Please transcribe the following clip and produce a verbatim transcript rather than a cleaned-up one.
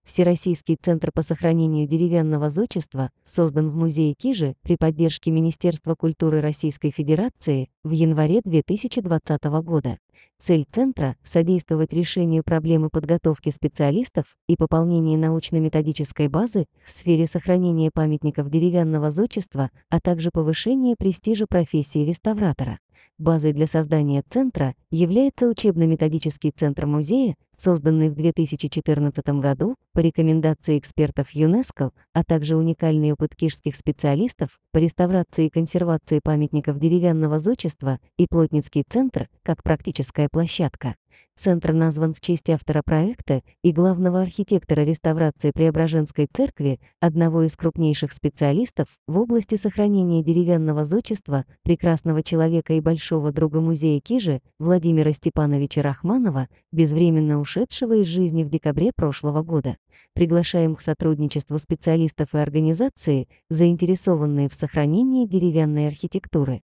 Всероссийский центр по сохранению деревянного зодчества создан в музее Кижи при поддержке Министерства культуры Российской Федерации в январе две тысячи двадцатого года. Цель центра – содействовать решению проблемы подготовки специалистов и пополнения научно-методической базы в сфере сохранения памятников деревянного зодчества, а также повышения престижа профессии реставратора. Базой для создания центра является учебно-методический центр музея, созданный в две тысячи четырнадцатом году по рекомендации экспертов ЮНЕСКО, а также уникальный опыт кижских специалистов по реставрации и консервации памятников деревянного зодчества и Плотницкий центр как практическая площадка. Центр назван в честь автора проекта и главного архитектора реставрации Преображенской церкви, одного из крупнейших специалистов в области сохранения деревянного зодчества, прекрасного человека и большого друга музея Кижи Владимира Степановича Рахманова, безвременно ушедшего из жизни в декабре прошлого года. Приглашаем к сотрудничеству специалистов и организации, заинтересованные в сохранении деревянной архитектуры.